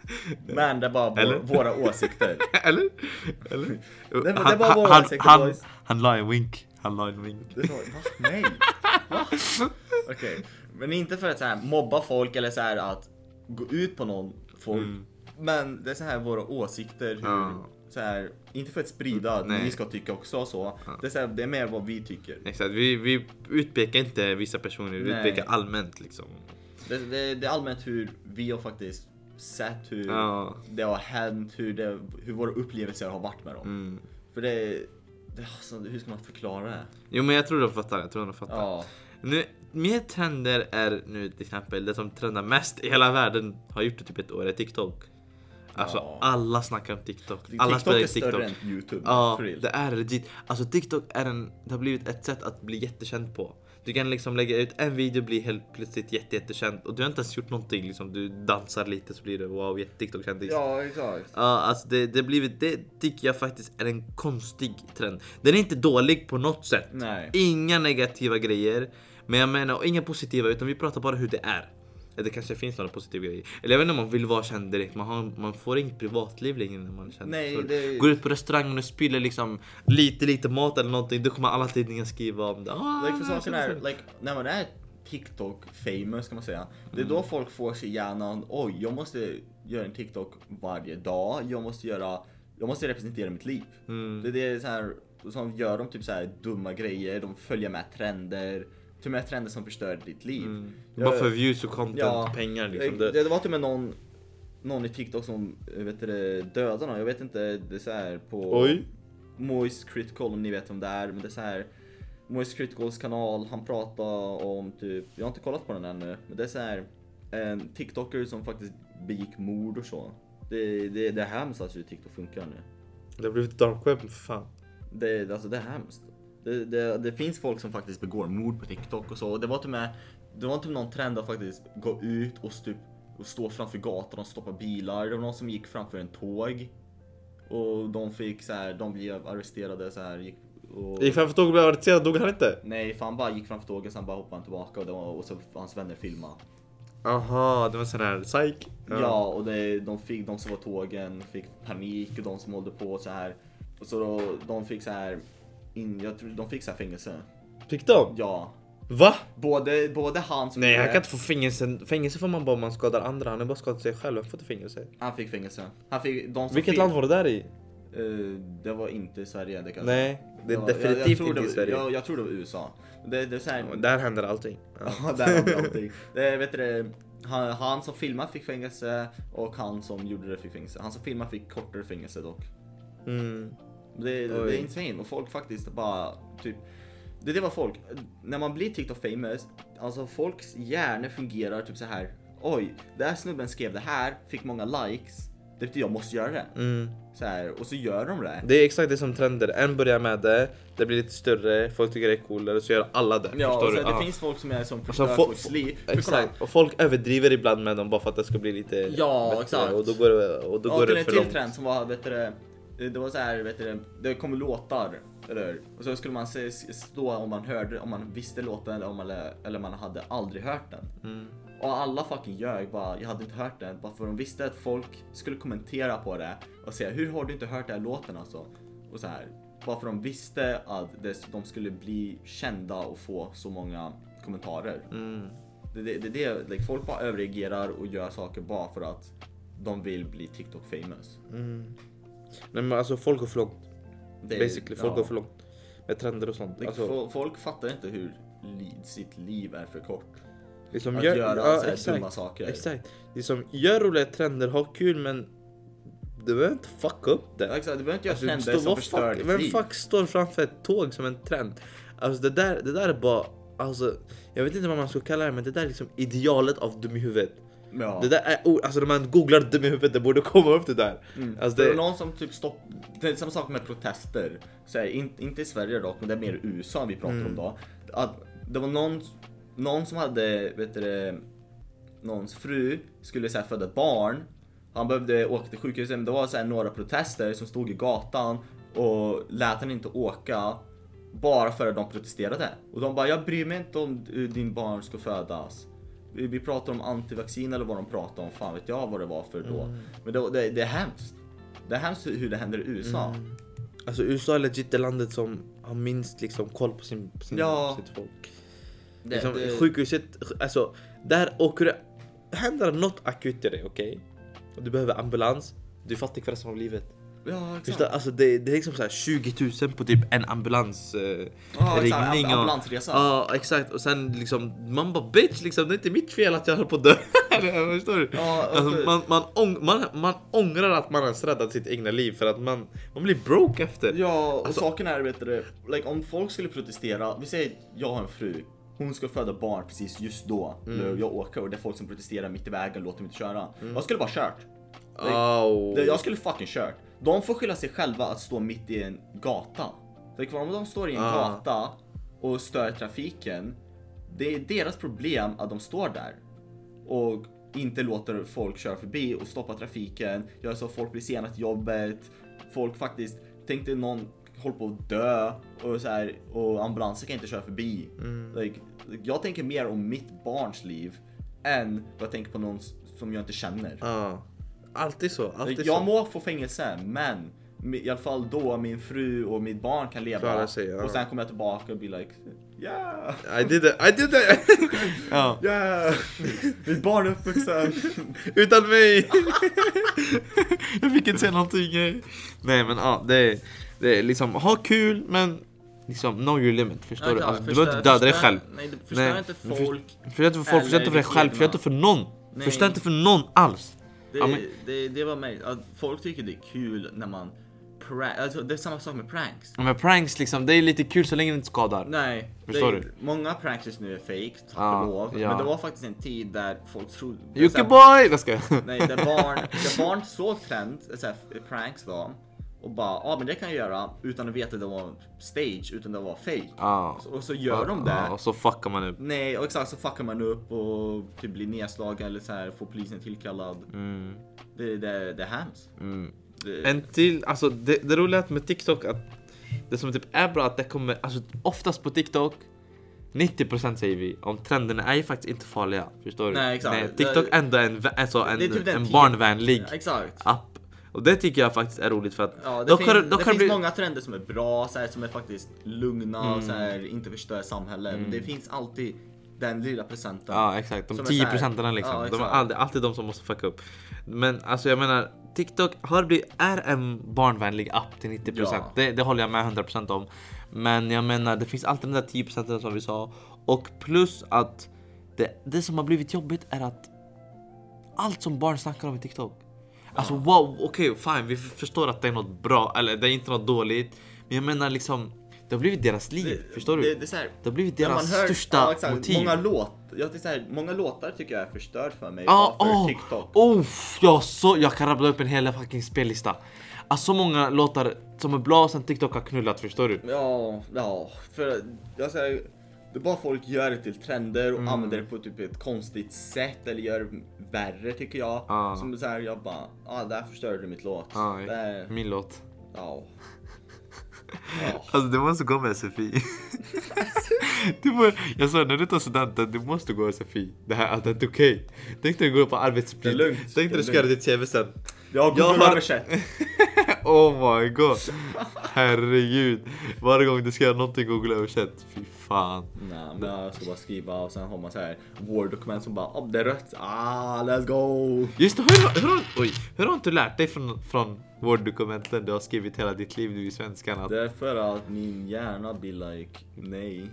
Men det är bara Eller? vår, våra åsikter. Eller? Eller? Det, det Han- var våra han, åsikter, han, boys. han la en wink. Han la en wink. Det var, va? Nej. Va? Okej. Men inte för att så här, mobba folk eller så här att gå ut på någon folk. Mm. Men det är så här våra åsikter. Hur, Ja. så här, inte för att sprida att Nej. ni ska tycka också och så. Det, är så här, det är mer vad vi tycker. Exakt, vi, vi utpekar inte vissa personer, vi Nej. utpekar allmänt liksom. Det, det, det är allmänt hur vi har faktiskt sett hur Ja. det har hänt. Hur, det, hur våra upplevelser har varit med dem. Mm. För det, det alltså, hur ska man förklara det? Jo men jag tror de fattar, jag tror de fattar. Ja. Nu, mer trender är nu till exempel, det som trendar mest i hela världen har gjort det typ ett år, är TikTok. Alltså Ja. alla snackar om TikTok. Alla TikTok spelar är i TikTok. större än YouTube. Ja, for real. det är legit. Alltså TikTok är en, det har blivit ett sätt att bli jättekänd på. Du kan liksom lägga ut en video, bli helt plötsligt jätte, jättekänd. Och du har inte ens gjort någonting liksom. Du dansar lite så blir det wow, jätte TikTok-kändis. Ja, exakt. Ja, alltså det, det blivit, det tycker jag faktiskt är en konstig trend. Den är inte dålig på något sätt. Nej. Inga negativa grejer. Men jag menar, och inga positiva, utan vi pratar bara hur det är. Eller det kanske finns några positiva grejer. Eller jag vet inte om man vill vara känd direkt. Man, har, man får inget privatliv längre när man är känd. Nej, Så det- går ut på restaurangen och spiller liksom lite, lite mat eller någonting. Då kommer alla tidningar skriva om det. Ah, Like, för saken är, så- like, när man är TikTok famous kan man säga. Det är Mm. då folk får sig hjärnan, oj jag måste göra en TikTok varje dag. Jag måste göra, jag måste representera mitt liv. Mm. Det, det är så här, som gör de typ så här dumma grejer, de följer med trender. Till och med trender som förstör ditt liv. Mm. Jag- Bara för views och content, Ja, pengar liksom. det, Det, det var till och med någon, någon i TikTok som vet du, det, dödade någon. Jag vet inte, det är så här på Oj. Moist Critical om ni vet om det är. Men det är så här, Moist Criticals kanal, han pratar om typ, jag har inte kollat på den ännu. Men det är så här en TikToker som faktiskt begick mord och så. Det, det, det är hemskt alltså hur TikTok funkar nu. det har blivit dark web för fan. Det, alltså det är hemskt. Det, det, det finns folk som faktiskt begår mord på TikTok och så. Och det var till med, det var typ någon trend att faktiskt gå ut och, stup, och stå framför gatan och stoppa bilar. Det var någon som gick framför en tåg. Och de fick så här, de blev arresterade så här. Gick, och, Gick framför tåget och blev arresterad, dog han inte? nej, för han bara gick framför tåget, sen bara hoppade han tillbaka och, det var, och så hans vänner filmade. Aha, det var sån här psych. Ja, och det, de, fick, de som var tågen fick panik och de som hållde på så här. Och så då, de fick så här, in, jag tror de fick så här fängelse. Fick de? Ja. Va? Både, både han som Nej, han gjorde- kan inte få fängelse. Fängelse får man bara om man skadar andra. Han har bara skadat sig själv, han får inte fängelse. Han fick fängelse. Han fick, de som Vilket fick, land var det där i? Eh, det var inte i Sverige. Det kanske. Nej, det är var- definitivt jag, jag tror inte det, i Sverige. Jag, jag tror det var U S A. Det, det är så här, Ja, där händer allting. Ja. ja, där har vi allting. Det, vet du, det, han, han som filmade fick fängelse och han som gjorde det fick fängelse. Han som filmade fick kortare fängelse dock. Mm. Det, det Oj. är insane och folk faktiskt bara typ. Det, det var folk. När man blir TikTok famous, alltså folks hjärnor fungerar typ så här. Oj, den här snubben skrev det här, fick många likes. Det betyder jag måste göra det. Mm. Så här, och så gör de det. Det är exakt det som trender. En börjar med det, det blir lite större, folk tycker det är coolare, så gör alla det. Ja, förstår och så du? det Ja. finns folk som är som förstör Alltså, fo- folks liv. För Exakt, och folk överdriver ibland med dem bara för att det ska bli lite Ja, bättre. exakt. Och då går det, och då kolla. går Och till det en för till långt. trend som var, vet du det, det var så här, vet du det, det kommer låtar, eller och så skulle man se, stå om man hörde, om man visste låten eller om man, eller man hade aldrig hört den. Mm. Och alla fucking ljög bara, jag hade inte hört den, bara för de visste att folk skulle kommentera på det och säga, hur har du inte hört den här låten alltså? Och så här, bara för de visste att det, de skulle bli kända och få så många kommentarer. Mm. Det, det, det, det like, folk bara överreagerar och gör saker bara för att de vill bli TikTok famous. Mm. Nej men alltså folk går för långt. Det, Basically, folk ja. går för långt. Med trender och sånt. Like, Alltså, fo- folk fattar inte hur li, sitt liv är för kort. liksom, Att gör, göra ja, så här exakt, dumma saker. exakt. Liksom, gör roliga trender, ha kul, men du behöver inte fucka upp det. Ja, exakt, du behöver inte göra Alltså, trender stå- som vad förstör fuck, ditt vem liv. fuck står framför ett tåg som en trend? Alltså det där, det där är bara, alltså jag vet inte vad man ska kalla det, men det där är liksom idealet av dum i huvudet. Ja. Det där är, oh, alltså när man googlar dum i huvudet, det borde komma upp det där. Mm. Alltså det det är någon som typ stopp. Det är samma sak med protester. Så här, in, inte i Sverige dock, men det är mer i U S A vi pratar Mm. om då. Att det var någon, någon som hade, vet du det, någons fru skulle så här, föda ett barn. Han behövde åka till sjukhuset, men det var så här, några protester som stod i gatan och lät han inte åka bara för att de protesterade. Och de bara, jag bryr mig inte om din barn ska födas. Vi, vi pratar om antivaccin eller vad de pratar om, fan vet jag vad det var för då. Mm. Men det, det, det är hemskt. Det är hemskt hur det händer i U S A. Mm. Alltså U S A är legit det landet som har minst liksom koll på sin, sin Ja. sitt folk. Det, Liksom, det, sjukhuset, alltså där åker det, händer något akut i dig, okej? Okay? Och du behöver ambulans, du är fattig för resten av livet. ja, exakt. Förstår, alltså det, det är liksom så här tjugo tusen på typ en ambulans eh, Ja, exakt. ringning Amb- och- ambulansresa. Ja, exakt. Och sen liksom, man bara bitch liksom, det är inte mitt fel att jag höll på att dö. Förstår du? Ja, och Alltså, för- man, man, ång, man, man ångrar att man har räddat sitt egna liv för att man, man blir broke efter. Ja, och Alltså- saken är, vet du, like, om folk skulle protestera, vi säger jag har en fru, hon ska föda barn precis just då, mm. jag åker och det är folk som protesterar mitt i vägen, låter mig inte köra. Jag skulle bara kört. Oh. Det, jag skulle fucking kört. De får skylla sig själva att stå mitt i en gata. Like, om de står i en Ah. gata och stör trafiken, det är deras problem att de står där och inte låter folk köra förbi och stoppa trafiken, gör så att folk blir sena till jobbet. Folk faktiskt, tänkte någon håller på att dö och, så här, och ambulanser kan inte köra förbi. Mm. Like, jag tänker mer om mitt barns liv än vad jag tänker på någon som jag inte känner. Ja. Alltid så, alltid Jag så. må få fängelse, men i alla fall då min fru och mitt barn kan leva. Klara sig, ja. Och sen kommer jag tillbaka och bli like, yeah, I did it, I did it! Ja. yeah, mitt barn är uppvuxen. Utan mig! Jag fick inte säga någonting. Nej men ja, det är, det är liksom, ha kul men liksom know your limit, förstår du? Alltså, du behöver inte döda dig själv. Nej, du förstör Nej, inte men för- folk. Förstör inte för folk, förstör inte för dig själv, förstör inte för någon. Nej. Förstör inte för någon alls. Det, Ja, men- det, det var mig. Att folk tycker det är kul när man prank, alltså, det är samma sak med pranks. Ja, men pranks liksom, det är lite kul så länge det inte skadar. Nej, Förstår det, du? många pranks just nu är fake, tack Ja, och lov. ja. Men det var faktiskt en tid där folk trodde... det är så här- Jockiboi! Jag ska. Nej, där barn, där barn såg trend, så här, pranks var, och bara, ja ah, men det kan jag göra utan att veta att det var stage, utan det var fake. Ja. Och så gör de det. Ja, och så fuckar man upp. Nej, och exakt, så fuckar man upp och typ blir nedslagen eller så här, får polisen tillkallad. Mm. Det, det, det är hemskt. Mm. Det, En till, alltså det, det roliga med TikTok att det som typ är bra att det kommer, alltså oftast på TikTok nittio procent säger vi, om trenderna är ju faktiskt inte farliga, förstår du? Nej, exakt. TikTok Det- ändå är en, vä- alltså en, det är typ den en tio- barnvänlig Exakt. app. Och det tycker jag faktiskt är roligt för att Ja, det, då fin- kan, då det kan finns bli... många trender som är bra, så här, som är faktiskt lugna och så här, inte förstör samhället. Men det finns alltid den lilla procenten. Ja exakt, de Som är tio så här- procenten liksom. Ja, de är exakt. alltid, alltid de som måste fucka upp. Men alltså jag menar, TikTok har blivit, är en barnvänlig app till nittio procent. Ja. Det, det håller jag med hundra procent om. Men jag menar, det finns alltid den där tio procenten som vi sa. Och plus att det, det som har blivit jobbigt är att allt som barn snackar om i TikTok. Alltså wow, okej, okay, fine, vi förstår att det är något bra, eller det är inte något dåligt. Men jag menar liksom, det har blivit deras liv, förstår du? Det, det, är så här, Det har blivit när man deras hör- största ja, exakt, motiv. Många, låt, jag, det är så här, många låtar tycker jag är förstörd för mig Ja, bara för åh, TikTok. oh, ja, så, jag kan rabbla upp en hel fucking spellista. Alltså så många låtar som är bra sen TikTok har knullat, förstår du? Ja, ja, för jag säger, det är bara folk gör det till trender och Mm. använder det på typ ett konstigt sätt eller gör det värre tycker jag. Ja. Som så här, jag bara, ja, ah, där förstörde du mitt låt. Ja, Det, min låt. ja. Ja. Alltså du måste gå med S F I. du må, jag sa när du tar studenten, du måste gå S F I. Det här att det är inte okej. Tänk dig att gå på Det är arbetsplikt. lugnt. Tänk Det dig är att du ska göra lugnt. ditt C V sen. Jag har Jag Google har- översatt. Oh my god. Herregud. Varje gång du ska göra någonting Google översätt. Fy fan. Nej, men jag ska bara skriva och sen har man så här Word-dokument som bara, oh, det är rött. Ah, let's go. Just det, hur, hur, har- oj, hur har inte du lärt dig från, från Word-dokumenten du har skrivit hela ditt liv nu i svenskan? Att, Det är för att min hjärna blir like, nej.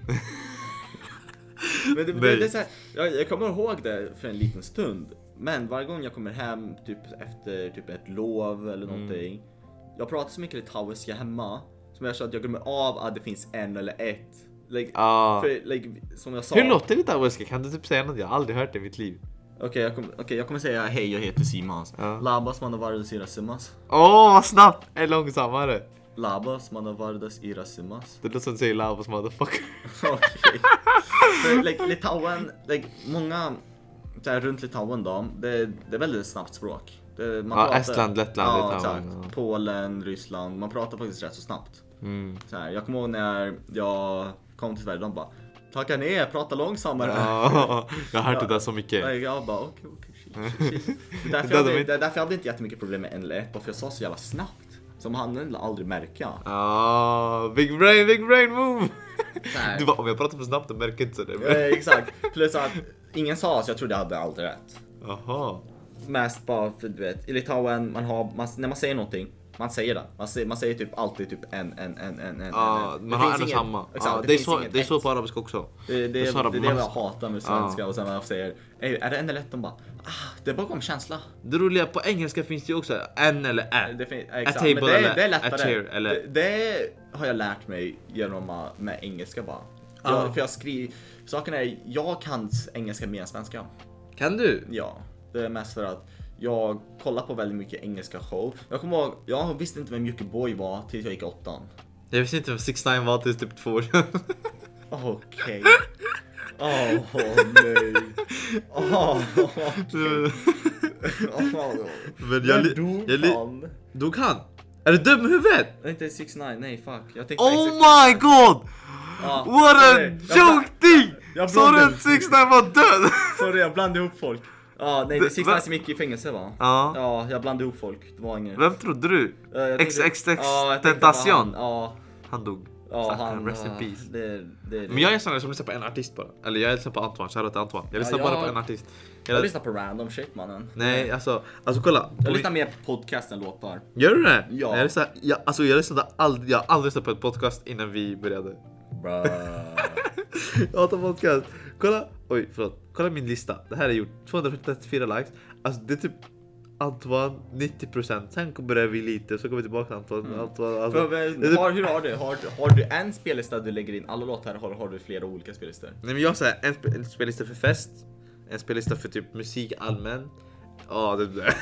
Men det, det, Nej. det är så här, jag, jag kommer ihåg det för en liten stund. Men varje gång jag kommer hem typ efter typ ett lov eller någonting. Jag pratar så mycket litauiska hemma som jag så att jag glömmer av att det finns en eller ett Like, Ah. för, like, som jag sa. Hur låter det där? Kan du typ säga något? Jag har aldrig hört det i mitt liv. Okej, okay, jag, kom, okay, jag kommer säga hej, jag heter Simas. Ja. Labas manavardas irasimas. Åh, oh, vad snabbt! Är långsammare. Labas manavardas irasimas. Det låter som att säga labas motherfucker. Okej. För like, Litauen, like, många så här, runt Litauen då, det, det är väldigt snabbt språk. Det, man Ja, pratar, Estland, Lettland, ja, Litauen. exakt. Ja. Polen, Ryssland, man pratar faktiskt rätt så snabbt. Mm. Så här, jag kommer ihåg när jag kom till Sverige, de bara tacka ner, prata långsammare. Ja, jag har hört det där så mycket. Like, jag bara okej, okej, shit, shit, shit. Därför, jag hade, därför jag hade inte jättemycket problem med N L ett, för jag sa så jävla snabbt. Som han aldrig märka. Ah, big brain, big brain move. Nej. Du bara, om jag pratar för snabbt, då märker inte det. Eh, exakt. Plus att ingen sa så jag trodde jag hade allt rätt. Aha. Mest bara för du vet, i Litauen man har man, när man säger någonting, man säger det. Man säger, man säger typ alltid typ en en en en en. Ja, en. man har en och samma. Exakt, Ah, det, det är finns så inget det är så ett. på arabiska också. Det, det, det, Det är det, så det är det jag man- hatar med svenska Ja. och sen när jag säger "Ey, är det en eller ett?" De bara ah, det är bara om känsla. Det roliga på engelska finns det ju också en eller ä. Det, fin- A exakt, table men det, eller är- det är lättare. a chair eller... Det, det har jag lärt mig genom att- med engelska bara. Jag, Ah. För jag skriver, saken är, jag kan engelska mer än svenska. Kan du? Ja, det är mest för att jag kollar på väldigt mycket engelska show. Jag kommer ihåg, jag visste inte vem Jocke Boy var tills jag gick i åttan. Jag visste inte vem six nine var tills typ två år sedan. Okej. Åh nej. Åh. Men jag, li- dog jag li- han? Dog han? Är du dum i huvudet? Nej, inte sex nine, nej fuck. Jag tänkte Oh X X my god! Ja, What a sorry. Jag joke thing! jag Sa du blandade- att six nine var död? Sorry, jag blandade ihop folk. Ja, nej, det är sex Va? nine som gick i fängelse va? Ja. Ja, jag blandade ihop folk. Det var inget. Vem trodde du? Eh, jag tänkte- X X X Ja, jag tänkte Tentacion? han- Ja, Han dog. ja Stackarn, han... rest in ja, peace. Det, det, Men jag är sån som lyssnar på en artist bara. Eller jag lyssnar på Antoine, shoutout till Antoine. Jag lyssnar Ja, jag- bara på en artist. Jag Jag, lyssnar på random shit mannen. nej, alltså, alltså kolla. Jag lyssnar mer på podcast än låtar. Gör du det? Ja. Jag lyssnar, jag, alltså jag lyssnade aldrig, jag har aldrig lyssnat på ett podcast innan vi började. Bruh. Jag hatar podcast. Kolla, oj förlåt. Kolla min lista. Det här är gjort tvåhundratrettiofyra likes. Alltså det är typ Antoine nittio procent. Sen börjar vi lite, så kommer vi tillbaka till Antoine. Mm. Antoine alltså. För, Det är typ- har, hur har du? Har, har du en spellista du lägger in alla låtar? Har, har du flera olika spellistor? Nej men jag har så här, en, spe, en spellista för fest. En spellista för typ musik allmänt. Ja det där.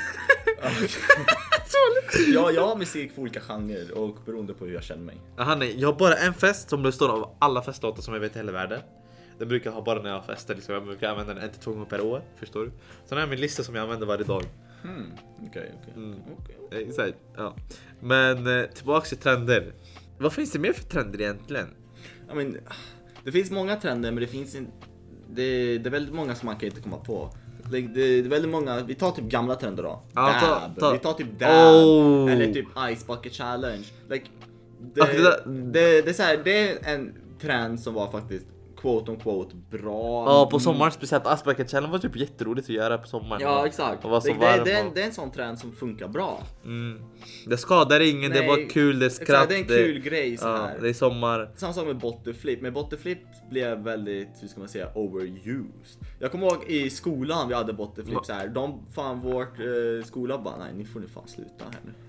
Ja, jag har musik för olika genrer och beroende på hur jag känner mig. Aha, nej, jag har bara en fest som består av alla festlåtar som jag vet i hela världen. Den brukar jag ha bara när jag har fester, liksom. Jag brukar använda den en till två gånger per år, förstår du? Sen har jag min lista som jag använder varje dag. Hmm, okej, okej. Mm. Okej. Exakt, ja. Men eh, tillbaks till trender. Vad finns det mer för trender egentligen? I mean, det finns många trender, men det finns inte... Det, det är väldigt många som man kan inte komma på. Like, det, det är väldigt många, vi tar typ gamla trender då. Ja, ta- Dab. ta- Vi tar typ dab. Oh. Eller typ Ice Bucket Challenge. Like, det, Okej, det där- det, det, är så här, det är en trend som var faktiskt quote on quote bra. Ja, på sommaren speciellt. Asperger Challenge var typ jätteroligt att göra på sommaren. Ja, exakt. Och var så Det, det, varm det, är en, och- det är en sån trend som funkar bra. Mm. Det skadar ingen, det är Nej, bara kul, det är exakt, skratt. det är en kul grej så ja, här. det är sommar. Samma sak med botterflip, men botterflip blev väldigt, hur ska man säga, overused. Jag kommer ihåg i skolan vi hade botterflip Va? så här. De, fan vårt eh, skola bara, nej ni får ni fan sluta här nu.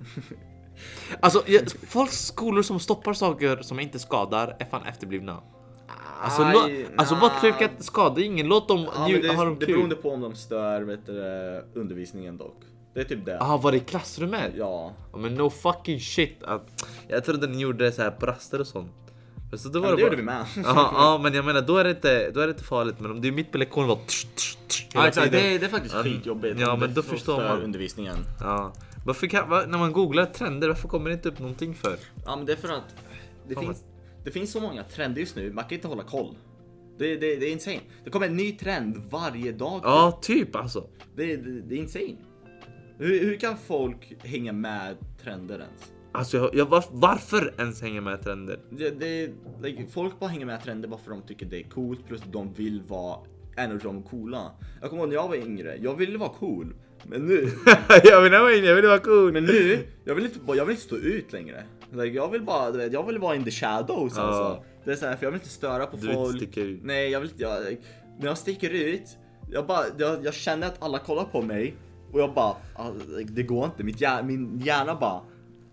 Alltså, jag, folks skolor som stoppar saker som inte skadar är fan efterblivna. Alltså, Aj, lå, alltså nah. botterflip skadar ingen, låt dem Ja, ju, men det, ha dem det kul. beror på om de stör vet du, det, undervisningen dock. Det är typ det. Aha, var det i klassrummet? Ja. Ja, men no fucking shit. Att, jag trodde ni gjorde det så här på raster och sånt. Men så då Ja, var men det bara- gjorde vi med. Aha, ja, men jag menar då är det inte, då är det inte farligt. Men om det är mitt på lektionen var tsch, tsch, tsch, hela Ja, exakt, tiden. det, är- det är faktiskt Ja, skitjobbigt. ja, om men det då förstår stör man. undervisningen. Ja. Varför kan, va, när man googlar trender, varför kommer det inte upp någonting för? Ja, men det är för att det Fan, finns, det finns så många trender just nu, man kan inte hålla koll. Det, det, det är insane. Det kommer en ny trend varje dag. Ja, typ alltså. Det, det, det är insane. Hur, hur kan folk hänga med trender ens? Alltså jag, jag, var, varför ens hänga med trender? Det, det, like, folk bara hänger med trender bara för att de tycker det är coolt, plus de vill vara en av de coola. Jag kommer ihåg när jag var yngre, jag ville vara cool. Men nu, jag vill vara inne, jag vill vara cool. men nu jag vill inte, jag vill inte stå ut längre. Like, jag vill bara, du vet, jag vill vara in the shadows Ja. alltså. Det är så här, för jag vill inte störa på Du vill inte folk. sticka ut. Nej, jag vill inte, jag, like, när jag sticker ut, jag bara, jag, jag känner att alla kollar på mig och jag bara, ah, like, det går inte, mitt hjärna, min hjärna bara,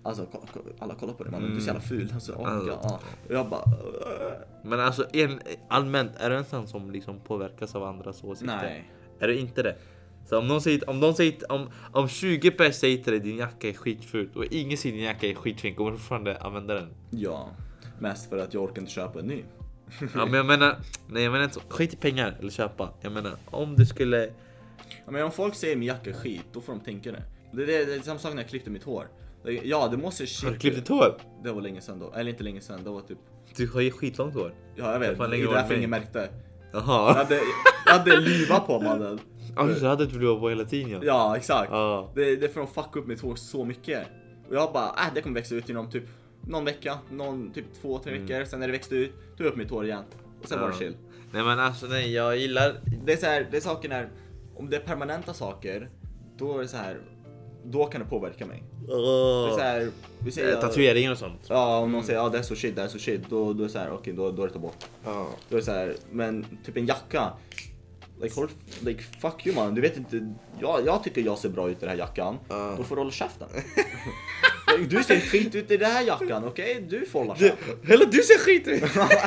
Alltså ko- ko- alla kollar på det, man, mm. du är så jävla ful. Alltså, oh, alltså. ja. Jag bara... Uh. Men alltså en, allmänt, är du en sån som liksom påverkas av andras åsikter? Nej. Är du inte det? Så om någon säger, om, någon säger, om, om tjugo personer säger till dig din jacka är skitful och ingen säger din jacka är skitfin, kommer du fortfarande använda den? Ja, mest för att jag orkar inte köpa en ny. Ja, men jag menar, nej jag menar inte så, skit i pengar eller köpa. Jag menar, om du skulle... Ja, men om folk säger min jacka är skit, då får de tänka det. Det, det, det är samma sak när jag klippte mitt hår. Ja, det måste shit. Har du klippt ditt hår? Det var länge sedan då, eller inte länge sedan, det var typ... Du har ju skitlångt hår. Ja, jag vet, det är därför ingen märkte. Jaha. Jag hade, jag hade liva på mannen. Ja, du hade ett liva på hela tiden, ja. Ja, exakt. Ja. Det, det är för att fucka upp mitt hår så mycket. Och jag bara, äh, det kommer växa ut inom typ någon vecka, någon typ två, tre veckor. Mm. Sen när det växte ut, tog jag upp mitt hår igen. Och sen ja. var det chill. Nej men alltså, nej, jag gillar... Det är så här, det är saker när, om det är permanenta saker, då är det så här, då kan det påverka mig. Oh. Det är så här, vi säger, tatueringen och sånt. Ja, om någon säger, ja det är så shit, det är så shit, då, då är det så här, okej, okay, då, då är det ta bort. Ja. Då är det så här, men typ en jacka, like, hold, like fuck you man, du vet inte, jag, jag tycker jag ser bra ut i den här jackan, uh. då får du hålla käften. Du ser skit ut i den här jackan, okej? Okay? Du får hålla käften. Hela du ser skit ut.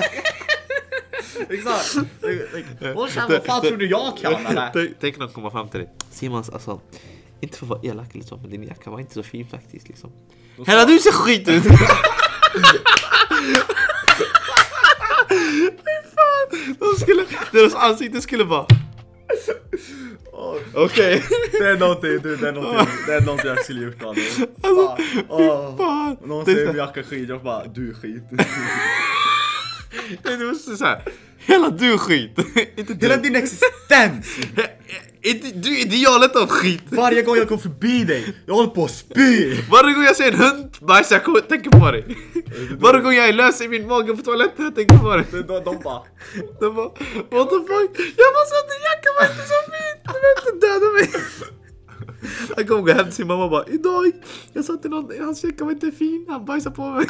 Exakt. Håll käften, vad fan tror du jag kan eller? Tänk någon komma fram till dig. Simons, alltså, inte för att vara elak eller så, men din jacka var inte så fin faktiskt liksom. Hela du ser skit ut. De skulle, deras ansikte skulle bara... Okej. Okay. Det är någonting, du, det är någonting, det är någonting jag skulle gjort av det. Alltså, åh, fan. Någon säger min jacka skit, jag bara, du är skit. Det måste så här. Hela du är skit. Inte hela din existens. Du är idealet av skit. Varje gång jag går förbi dig, jag håller på att spy. Varje gång jag ser en hund bajsa, jag tänker på dig. Varje gång jag är lös i min mage på toaletten, jag tänker på dig. De, de, de bara, de bara, what the fuck? Jag bara sa att din jacka var inte så fin. Du vill inte döda mig. Han kommer gå hem till sin mamma och bara, idag, jag sa till någon, hans jacka var inte fin, han bajsar på mig.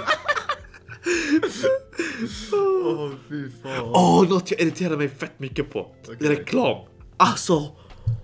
Åh, oh, fy fan. Åh, oh, något jag irriterar mig fett mycket på. Okay. Reklam. Alltså,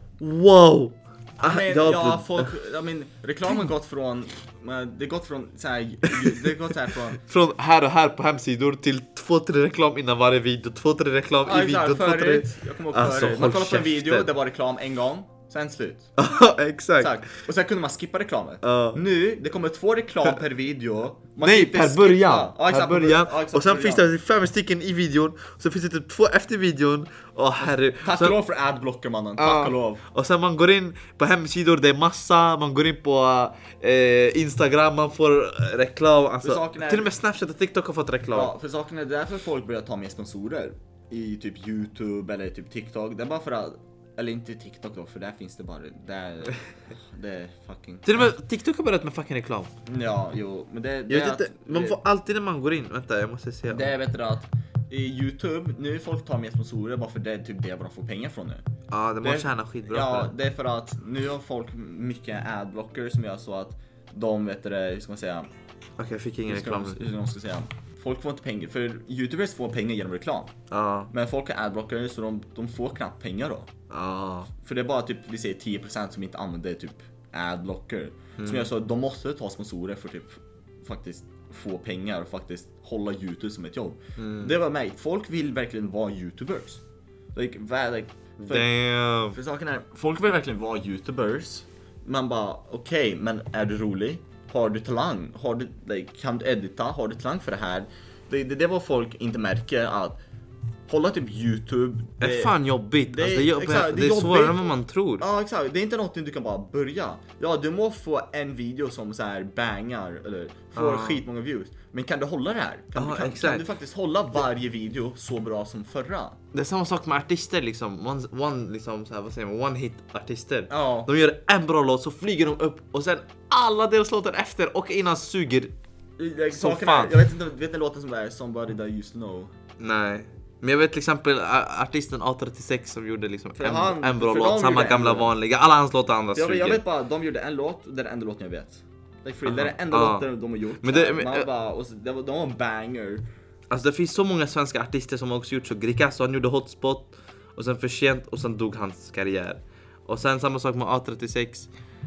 wow. Men, ja, folk, I mean, reklamen har gått från, det har gått från så här, det har gått så här från från här och här på hemsidor till två tre reklam innan varje video, två tre reklam ja, i videon, två tre. Jag kommer ihåg alltså, förut. Man kollade på en video, det var reklam en gång. Sen slut. Exakt. Exakt. Och sen kunde man skippa reklamen. Uh. Nu, det kommer två reklam per video. Man Nej, per början. Ja, per början. Ja, och sen början. Finns det fem stycken i videon. Och så finns det typ två efter videon. Åh, herre. Tack och lov för adblocker, mannen. Tack uh. och lov. Och sen man går in på hemsidor, det är massa. Man går in på eh, Instagram, man får reklam. Alltså, är... Till och med Snapchat och TikTok har fått reklam. Ja, för saken är därför folk börjar ta med sponsorer. I typ YouTube eller typ TikTok. Det är bara för att... Eller inte TikTok då, för där finns det bara, där, det är fucking... Till och med TikTok har börjat med fucking reklam. Ja, jo, men det, det jag är vet att, inte, man får alltid när man går in, vänta jag måste se. Det är vet du att i YouTube, nu folk tar med sponsorer bara för det är typ det de får pengar från nu. Ja, det man tjänar skitbra. Ja, det är för att nu har folk mycket adblocker som gör så att de vet det, hur ska man säga? Okej, okay, jag fick ingen reklam. Hur ska man ska säga? Folk får inte pengar, för YouTubers får pengar genom reklam. Ja. Men folk har adblockers så de, de får knappt pengar då. Ja. För det är bara typ, vi säger tio procent som inte använder typ adblocker. Mm. Som gör så att de måste ta sponsorer för typ faktiskt få pengar och faktiskt hålla YouTube som ett jobb. Mm. Det var mig, folk vill verkligen vara YouTubers. Like, like, för, Damn. För saken är, folk vill verkligen vara YouTubers. Man bara, okej, okay, men är du rolig? Har du talang? Har du, like, kan du edita? Har du talang för det här? Det, det, det var folk inte märker att hålla typ YouTube. Det är fan jobbigt. Det, alltså, det, är, exakt, det är, det är svårare än vad man tror. Ja, exakt. Det är inte något du kan bara börja. Ja, du må få en video som så här bangar eller får ah. skitmånga views. Men kan du hålla det här? Kan, ah, du, kan, kan du faktiskt hålla varje video så bra som förra? Det är samma sak med artister liksom. One, one liksom så här, vad säger man? One hit artister. Ja. De gör en bra låt så flyger de upp och sen alla deras låtar efter och innan suger. Jag, så fan. Jag vet inte, vet ni låten som är Somebody That I Used To Know? Nej. Men jag vet till exempel artisten A trettiosex som gjorde liksom en, han, en bra låt, samma gamla vanliga. Alla hans låtar andra jag, jag vet bara, de gjorde en låt, det är den enda låten jag vet. Like free, uh-huh. Det är den enda uh-huh. låten de har gjort. Men det, men, bara, och så, det var, de var en banger. Alltså det finns så många svenska artister som har också gjort så. Gricasso, han gjorde Hotspot och sen För sent och sen dog hans karriär. Och sen samma sak med A trettiosex.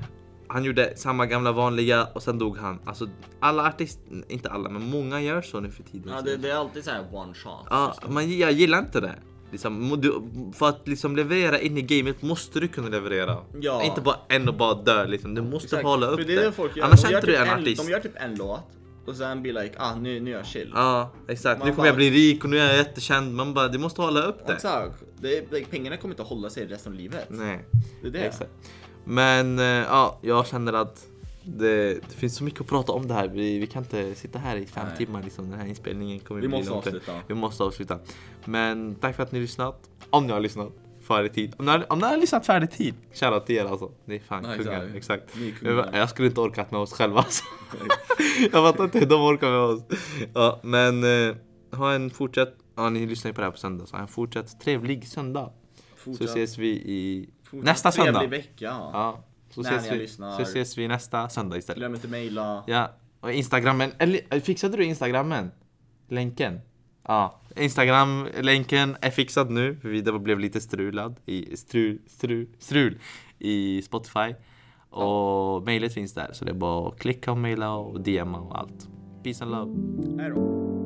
han gjorde samma gamla vanliga och sen dog han. Alltså alla artister, inte alla men många gör så nu för tiden. Ja, det, det är alltid så här one shot. Ja, man, jag gillar inte det. Liksom, du, för att liksom leverera in i gamet måste du kunna leverera. Ja. Inte bara en och bara dö liksom. Du måste Exakt. hålla upp För det. Är det. det folk gör. Annars De är gör inte du typ en en, artist. de gör typ en låt och sen blir like, ah nu, nu är jag chill. Ja, exakt. Man Nu kommer bara- jag bli rik och nu är jag jättekänd. Man bara, du måste hålla upp det. Exakt. Det är, like, pengarna kommer inte att hålla sig resten av livet. Nej, Det är det. exakt. Men eh, ja, jag känner att det, det finns så mycket att prata om det här. Vi, vi kan inte sitta här i fem Nej. timmar liksom. Den här inspelningen kommer Vi bli måste långt. avsluta. Vi måste avsluta. Men tack för att ni har lyssnat. Om ni har lyssnat färdig tid. Om ni har, om ni har lyssnat färdig tid. Shoutout till er alltså. Ni är fan Ja, kungar. exakt. Exakt. Ni är kungar. Jag, jag skulle inte orkat med oss själva alltså. Jag fattar inte hur de orkar med oss. Ja, men eh, ha en fortsatt. Ja, ni lyssnar ju på det här på söndag. Så ha en fortsatt trevlig söndag. Fortsatt, Så ses vi i fortsatt nästa trevlig söndag. vecka. Ja, så När ses, ni vi, lyssnar. så ses vi nästa söndag istället. Glöm inte mejla. Ja, och Instagrammen. Eller, fixade du Instagrammen? Länken? Ja, Instagram-länken är fixad nu. För vi det blev lite strulad i strul, strul, strul i Spotify. Och mejlet finns där. Så det är bara att klicka och mejla och D M och allt. Peace and love. Hej då.